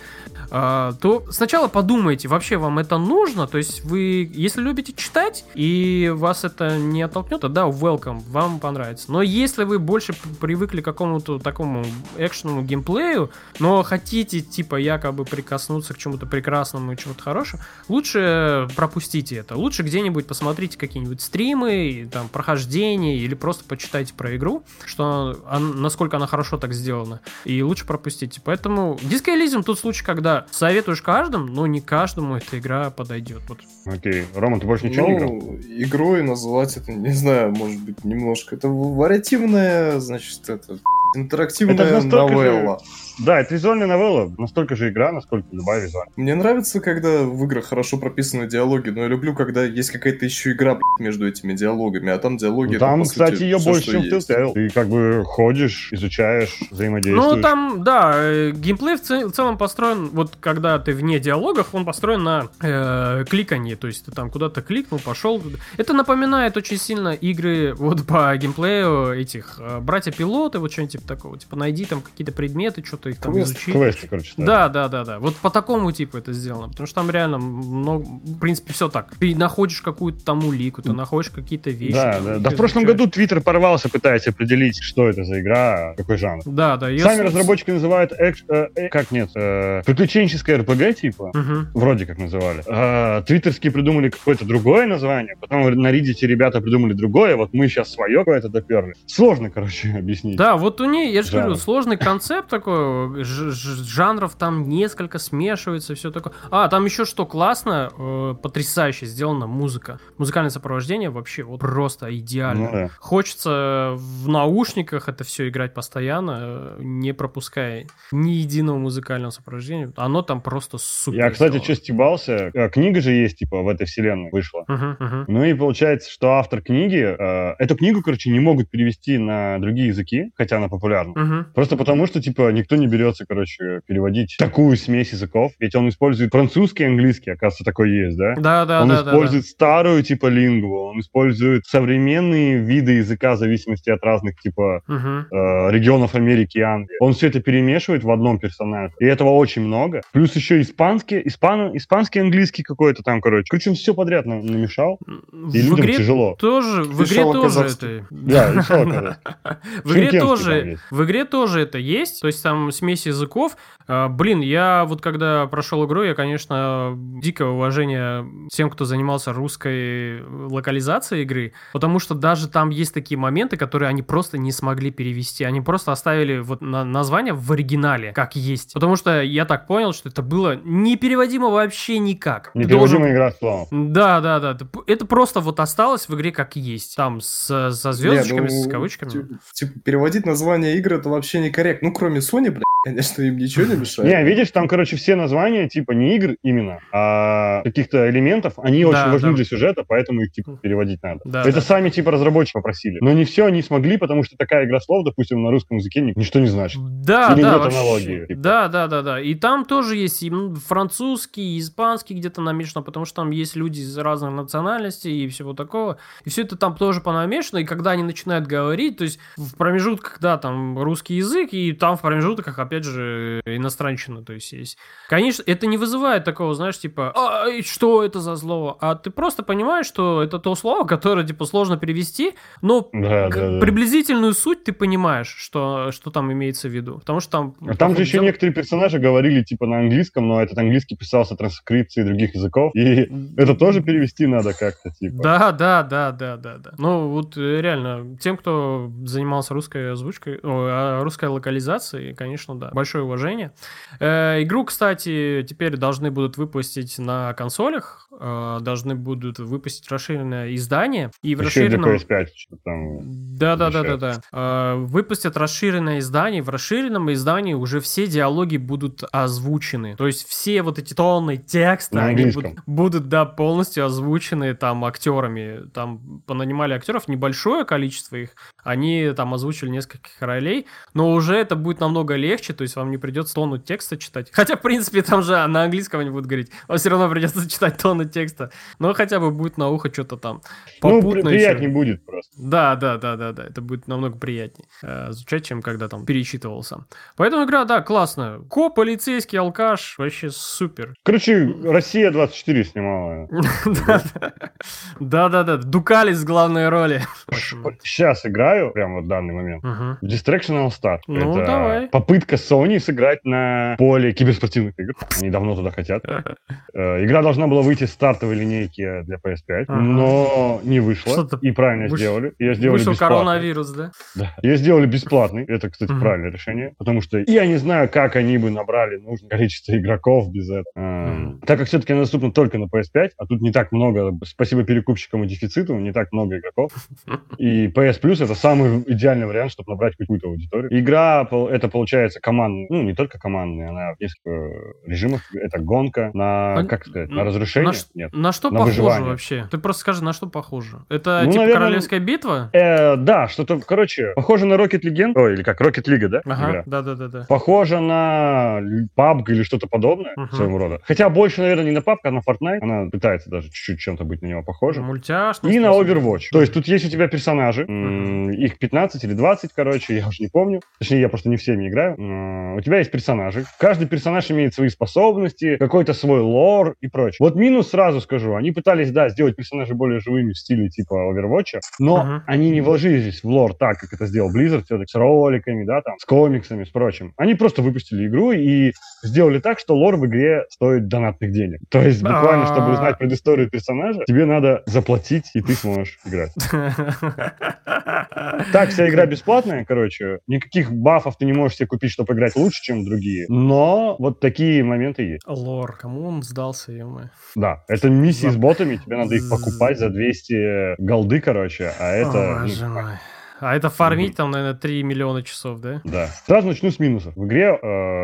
то сначала подумайте, вообще вам это нужно, то есть вы, если любите читать и вас это не оттолкнет, то да, welcome, вам понравится. Но если вы больше привыкли к какому-то такому экшенному геймплею, но хотите типа якобы прикоснуться к чему-то прекрасному и чему-то хорошему, лучше пропустите это. Лучше где-нибудь посмотрите какие-нибудь стримы, там, прохождения, или просто почитайте про игру, насколько она хорошо так сделана, и лучше пропустите. Поэтому Disco Elysium тот случай, когда советуешь каждому, но не каждому эта игра подойдет. Вот. Окей. Рома, ты больше ничего не играл? Игрой называть это, не знаю, может быть, немножко. Это вариативная, значит, интерактивная новелла. Да, это визуальная новелла, настолько же игра, насколько любая визуальная. Мне нравится, когда в играх хорошо прописаны диалоги, но я люблю, когда есть какая-то еще игра между этими диалогами, а там диалоги... Там, это, по кстати, сути, ее все, больше, чем в Telltale. Ты как бы ходишь, изучаешь, взаимодействуешь. Ну, там, да, геймплей в целом построен, вот когда ты вне диалогов, он построен на кликанье, то есть ты там куда-то кликнул, пошел. Это напоминает очень сильно игры вот по геймплею этих братья-пилоты, вот что-нибудь типа такого. Типа найди там какие-то предметы, что-то их там Квест, изучи. Квесты, короче. Да. Вот по такому типу это сделано. Потому что там реально много, в принципе, все так. Ты находишь какую-то там улику, ты находишь какие-то вещи. Да, в прошлом году Твиттер порвался, пытаясь определить, что это за игра, какой жанр. Да. Сами разработчики называют приключенческое РПГ, типа, вроде как называли. Твиттерские придумали какое-то другое название, потом на Reddit ребята придумали другое, вот мы сейчас свое какое-то доперли. Сложно, короче, объяснить. Да, вот у нее, я же Жанр. говорю, сложный концепт такой, жанров там несколько смешивается, все такое. Там еще что классно, потрясающе сделана музыка. Музыкальное сопровождение вообще вот просто идеально. Ну да. Хочется в наушниках это все играть постоянно, не пропуская ни единого музыкального сопровождения. Оно там просто супер. Я, кстати, сделано. что стебался, книга же есть, типа, в этой вселенной вышла. Ну и получается, что автор книги, эту книгу, короче, не могут перевести на другие языки, хотя она популярна. Просто потому, что, типа, никто не берется, короче, переводить такую смесь языков. Ведь он использует французский и английский, оказывается, такой есть, да? Да. Он использует старую, типа, лингву, он использует современные виды языка в зависимости от разных, типа, регионов Америки и Англии. Он все это перемешивает в одном персонаже. И этого очень много. Плюс еще испанский, английский какой-то там, короче. Короче, он все подряд намешал. И В людям игре тяжело. тоже, в игре тоже это... Да, решал казахский. В игре тоже это есть, то есть там смесь языков. Я вот когда прошел игру, я, конечно, дикое уважение тем, кто занимался русской локализацией игры, потому что даже там есть такие моменты, которые они просто не смогли перевести. Они просто оставили вот название в оригинале, как есть. Потому что я так понял, что это было непереводимо вообще никак. Непереводимая игра слова. Да. Это просто вот осталось в игре как есть. Там со звездочками, с кавычками. Типа, переводить название игры это вообще некорректно. Ну, кроме Sony, блядь, конечно, им ничего не мешает. Не, видишь, там, короче, все названия, типа, не игр именно, а каких-то элементов, они очень важны для сюжета, поэтому их, типа, переводить надо. Это сами, типа, разработчики попросили. Но не все они смогли, потому что такая игра слов, допустим, на русском языке ничто не значит. Да. Или нет аналогии. Типа. Да. И там тоже есть и французский, и испанский где-то намешано, потому что там есть люди из разных национальностей и всего такого. И все это там тоже понамешано, и когда они начинают говорить, то есть в промежутках, да, там русский язык, и там в промежутках, опять же, иностранщина, то есть есть. Конечно, это не вызывает такого, знаешь, типа, что это за слово? А ты просто понимаешь, что это то слово, которое, типа, сложно перевести, но приблизительную суть ты понимаешь, что там имеется в виду. Потому что там... Там же еще некоторые персонажи говорили, типа, на английском, но этот английский писался транскрипцией других языков, и это тоже перевести надо как-то, типа. Да. Ну, вот реально, тем, кто занимался русской озвучкой, русской локализацией, конечно, да, большое уважение. Игру, кстати, теперь должны будут выпустить на консолях, должны будут выпустить расширенное издание. И в расширенном... Еще для PS5 что там... Да. Выпустят расширенное издание. В расширенном издании уже все диалоги будут озвучены. То есть все вот эти тонны текста, они будут, да, полностью озвучены там актерами. Там понанимали актеров, небольшое количество их. Они там озвучили нескольких ролей, но уже это будет намного легче, то есть вам не придется тонну текста читать. Хотя, в принципе, там же на английском они будут говорить. Вам все равно придется читать тонну текста. Но хотя бы будет на ухо что-то там попутно. Ну, приятнее будет просто. Да. Это будет намного приятнее звучать, чем когда там перечитывался. Поэтому игра, да, классная. Коп, полицейский, алкаш, вообще супер. Короче, Россия 24 снимала. Да. Дукалис в главной роли. Сейчас играю, прямо в данный момент, в Distraction All Star. Ну, это давай. попытка Sony сыграть на поле киберспортивных игр. Они давно туда хотят. Игра должна была выйти с стартовой линейки для PS5, но не вышла. И правильно сделали. Ее сделали вышел бесплатно. Коронавирус, да? Да. Ее сделали бесплатной. Это, кстати, правильное решение. Потому что я не знаю, как они бы набрали нужное количество игроков без этого. Так как все-таки она доступна только на PS5, а тут не так много, спасибо перекупщикам и дефициту, не так много игроков. И PS Plus это самый идеальный вариант, чтобы набрать какую-то аудиторию. Игра, это получается командная, ну, не только командная, она в несколько режимов. Это гонка на, как сказать, на разрушение? Нет. На что на похоже выживание. Вообще? Ты просто скажи, на что похоже? Это Ну, типа наверное, королевская битва? Да, что-то, короче, похоже на Rocket League. Ой, или как, Rocket League, да? Ага, игра? да. Похоже на PUBG или что-то подобное своего рода. Хотя больше, наверное, не на PUBG, а на Fortnite. Она пытается даже чуть-чуть чем-то быть на него оно похоже. Мультяшный. И на Overwatch. То есть тут есть у тебя персонажи, их 15 или 20, короче, я уже не помню. Точнее, я просто не всеми играю. У тебя есть персонажи. Каждый персонаж имеет свои способности, какой-то свой лор и прочее. Вот минус сразу скажу. Они пытались, да, сделать персонажей более живыми в стиле типа Overwatch, но они не вложились в лор так, как это сделал Blizzard, все-таки с роликами, да, там, с комиксами, с прочим. Они просто выпустили игру и сделали так, что лор в игре стоит донатных денег. То есть буквально, чтобы узнать предысторию персонажа, тебе надо заплатить, и ты сможешь играть. Так, вся игра бесплатная, короче. Никаких бафов ты не можешь себе купить, чтобы играть лучше, чем другие. Но вот такие моменты есть. Лор, кому он сдался, ё-моё? Да, это миссии с ботами, тебе надо их покупать за 200 голды, короче, а это... А это фармить там, наверное, 3 миллиона часов, да? Да. Сразу начну с минусов. В игре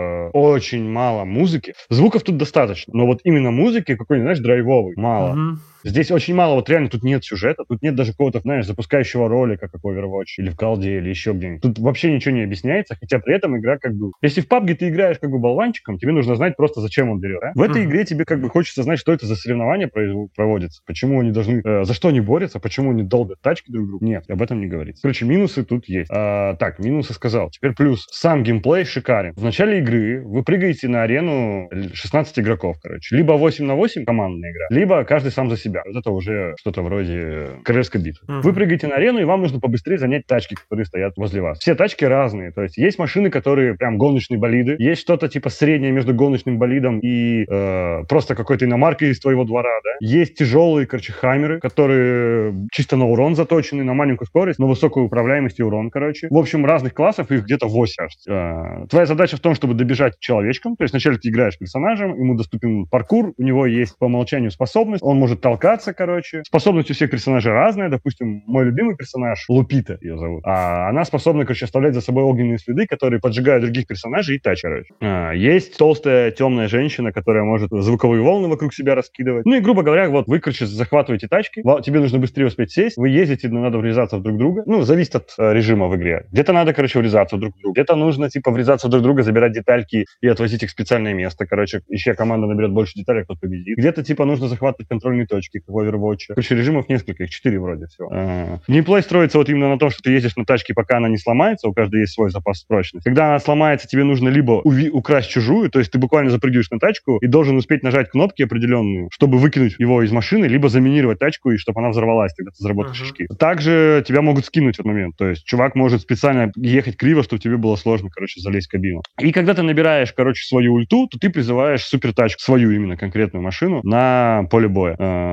очень мало музыки. Звуков тут достаточно, но вот именно музыки какой-нибудь, знаешь, драйвовый, мало. Здесь очень мало, вот реально тут нет сюжета, тут нет даже какого-то, знаешь, запускающего ролика, как в Overwatch, или в колде, или еще где-нибудь. Тут вообще ничего не объясняется, хотя при этом игра как бы... Если в PUBG ты играешь как бы болванчиком, тебе нужно знать просто, зачем он берет. Да? В этой игре тебе как бы хочется знать, что это за соревнования проводятся, почему они должны... за что они борются, почему они долбят тачки друг другу. Нет, об этом не говорится. Короче, минусы тут есть. Так, минусы сказал. Теперь плюс. Сам геймплей шикарен. В начале игры вы прыгаете на арену 16 игроков, короче. Либо 8 на 8 командная игра, либо каждый сам за себя. Вот это уже что-то вроде королевской битвы. Вы прыгаете на арену, и вам нужно побыстрее занять тачки, которые стоят возле вас. Все тачки разные. То есть есть машины, которые прям гоночные болиды. Есть что-то типа среднее между гоночным болидом и просто какой-то иномаркой из твоего двора, да. Есть тяжелые, короче, хаммеры, которые чисто на урон заточены, на маленькую скорость, на высокую управляемость и урон, короче. В общем, разных классов, их где-то 8 аж. Твоя задача в том, чтобы добежать к человечкам. То есть вначале ты играешь персонажем, ему доступен паркур, у него есть по умолчанию способность, он может толкаться, короче. Способность у всех персонажей разная. Допустим, мой любимый персонаж, Лупита ее зовут, она способна, короче, оставлять за собой огненные следы, которые поджигают других персонажей и тачки, короче. Есть толстая темная женщина, которая может звуковые волны вокруг себя раскидывать. Ну и, грубо говоря, вот вы, короче, захватываете тачки, тебе нужно быстрее успеть сесть, вы ездите, но надо врезаться в друг друга. Ну, зависит от режима в игре. Где-то надо, короче, врезаться друг в друга. Где-то нужно, типа, врезаться в друг друга, забирать детальки и отвозить их в специальное место. Короче, еще команда наберет больше деталей, кто победит. Где-то, типа, нужно захватывать контрольные точки, как в Overwatch. Короче, режимов несколько, их 4 вроде всего. Геймплей строится вот именно на том, что ты ездишь на тачке, пока она не сломается, у каждой есть свой запас прочности. Когда она сломается, тебе нужно либо украсть чужую, то есть ты буквально запрыгиваешь на тачку и должен успеть нажать кнопки определенные, чтобы выкинуть его из машины, либо заминировать тачку, и чтобы она взорвалась, тогда ты заработаешь очки. Также тебя могут скинуть в этот момент, то есть чувак может специально ехать криво, чтобы тебе было сложно, короче, залезть в кабину. И когда ты набираешь, короче, свою ульту, то ты призываешь супертачку, свою именно конкретную машину, на поле боя.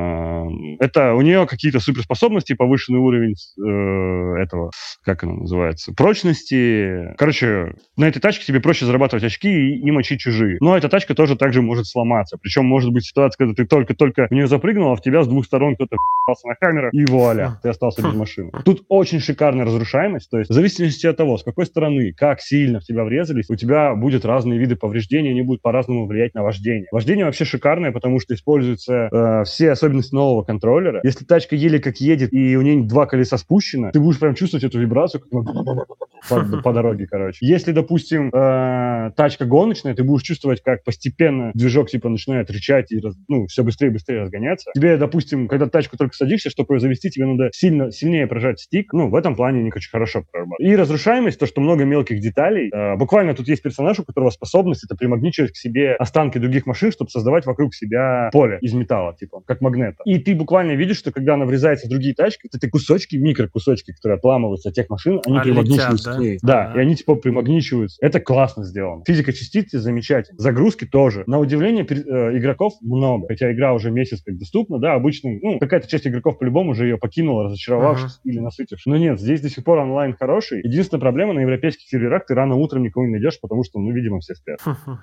Это у нее какие-то суперспособности, повышенный уровень этого, как оно называется, прочности. Короче, на этой тачке тебе проще зарабатывать очки и мочить чужие. Но эта тачка тоже также может сломаться. Причем может быть ситуация, когда ты только-только в нее запрыгнул, а в тебя с двух сторон кто-то ***ался на камеру, и вуаля, ты остался без машины. Тут очень шикарная разрушаемость, то есть в зависимости от того, с какой стороны, как сильно в тебя врезались, у тебя будут разные виды повреждений, они будут по-разному влиять на вождение. Вождение вообще шикарное, потому что используются все особенности нового контроллера. Если тачка еле как едет, и у нее 2 колеса спущено, ты будешь прям чувствовать эту вибрацию, как по дороге, короче. Если, допустим, тачка гоночная, ты будешь чувствовать, как постепенно движок типа начинает рычать и все быстрее и быстрее разгоняться. Тебе, допустим, когда тачку только садишься, чтобы ее завести, тебе надо сильнее прожать стик. Ну, в этом плане они очень хорошо проработали. И разрушаемость, то, что много мелких деталей. Буквально тут есть персонаж, у которого способность это примагничивать к себе останки других машин, чтобы создавать вокруг себя поле из металла, типа, как магнета. И ты буквально видишь, что когда она врезается в другие тачки, эти кусочки, микрокусочки, которые отламываются от тех машин, они примагничиваются к ней. Да, и они типа примагничиваются. Это классно сделано. Физика частицы замечательная. Загрузки тоже. На удивление игроков много. Хотя игра уже месяц как доступна, да, обычно, какая-то часть игроков по-любому уже ее покинула, разочаровавшись или насытившись. Но нет, здесь до сих пор онлайн хороший. Единственная проблема, на европейских серверах ты рано утром никого не найдешь, потому что, видимо, все спят.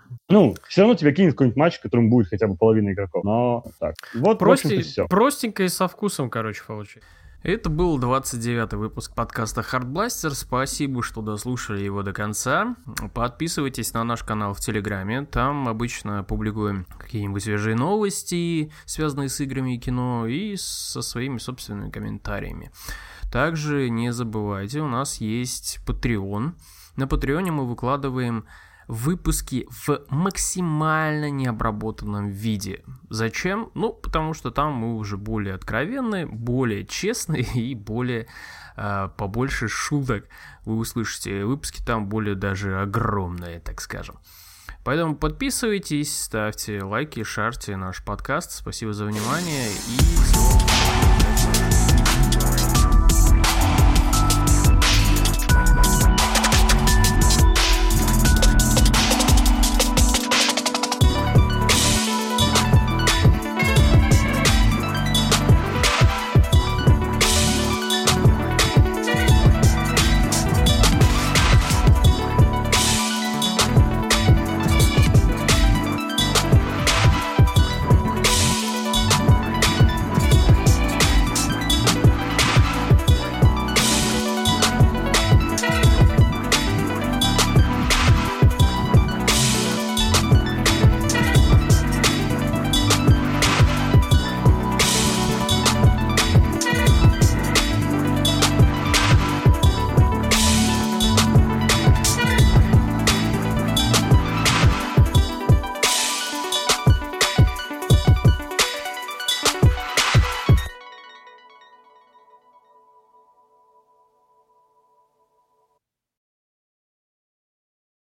Все равно тебя кинет какой-нибудь матч, в котором будет хотя бы половина игроков. Но так. Вот, в общем-то, все. Простенько и со вкусом, короче, получилось. Это был 29-й выпуск подкаста Hard Blaster. Спасибо, что дослушали его до конца. Подписывайтесь на наш канал в Телеграме. Там обычно публикуем какие-нибудь свежие новости, связанные с играми и кино, и со своими собственными комментариями. Также не забывайте, у нас есть Patreon. На Патреоне мы выкладываем выпуски в максимально необработанном виде. Зачем? Ну, потому что там мы уже более откровенны, более честные и более побольше шуток вы услышите. Выпуски там более даже огромные, так скажем. Поэтому подписывайтесь, ставьте лайки, шарьте наш подкаст. Спасибо за внимание и всего.